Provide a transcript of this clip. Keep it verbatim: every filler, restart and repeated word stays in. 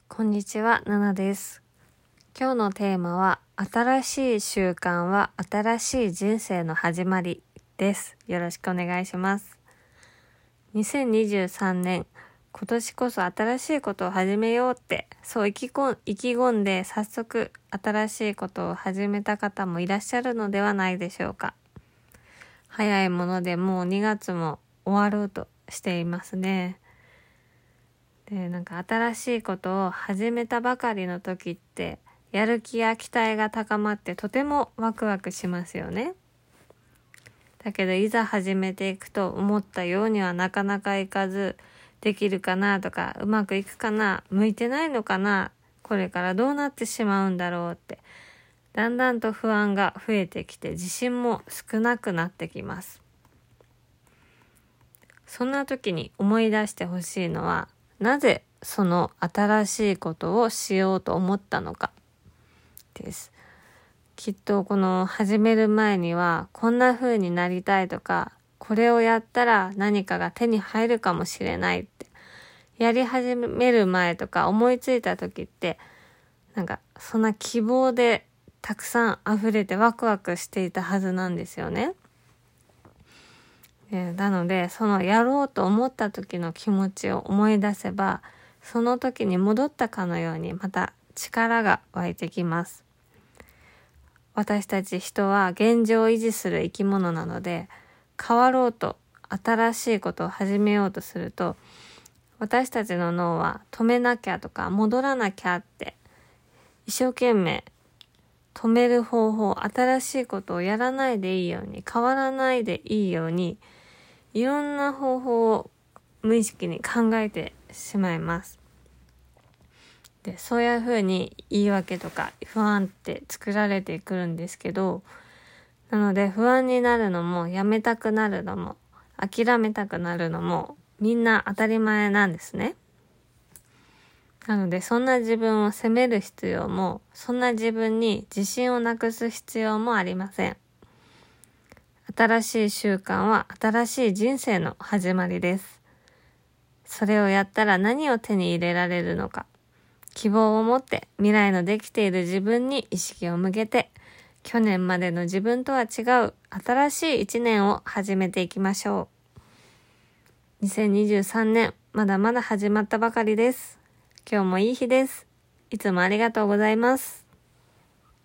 こんにちは、ななです。今日のテーマは、新しい習慣は新しい人生の始まりです。よろしくお願いします。にせんにじゅうさんねん、今年こそ新しいことを始めようって、そう意気こん意気込んで早速新しいことを始めた方もいらっしゃるのではないでしょうか。早いものでもうにがつも終わろうとしていますね。で、なんか新しいことを始めたばかりの時ってやる気や期待が高まってとてもワクワクしますよね。だけどいざ始めていくと思ったようにはなかなかいかず、できるかなとかうまくいくかな、向いてないのかな、これからどうなってしまうんだろうってだんだんと不安が増えてきて自信も少なくなってきます。そんな時に思い出してほしいのは、なぜその新しいことをしようと思ったのかです。きっとこの始める前にはこんな風になりたいとか、これをやったら何かが手に入るかもしれないってやり始める前とか思いついた時って、なんかそんな希望でたくさん溢れてワクワクしていたはずなんですよね。なのでそのやろうと思った時の気持ちを思い出せば、その時に戻ったかのようにまた力が湧いてきます。私たち人は現状を維持する生き物なので、変わろうと新しいことを始めようとすると、私たちの脳は止めなきゃとか戻らなきゃって一生懸命止める方法、新しいことをやらないでいいように、変わらないでいいように、いろんな方法を無意識に考えてしまいます。で、そういうふうに言い訳とか不安って作られてくるんですけど、なので不安になるのもやめたくなるのも諦めたくなるのもみんな当たり前なんですね。なのでそんな自分を責める必要も、そんな自分に自信をなくす必要もありません。新しい習慣は新しい人生の始まりです。それをやったら何を手に入れられるのか、希望を持って未来のできている自分に意識を向けて、去年までの自分とは違う新しい一年を始めていきましょう。にせんにじゅうさんねん、まだまだ始まったばかりです。今日もいい日です。いつもありがとうございます。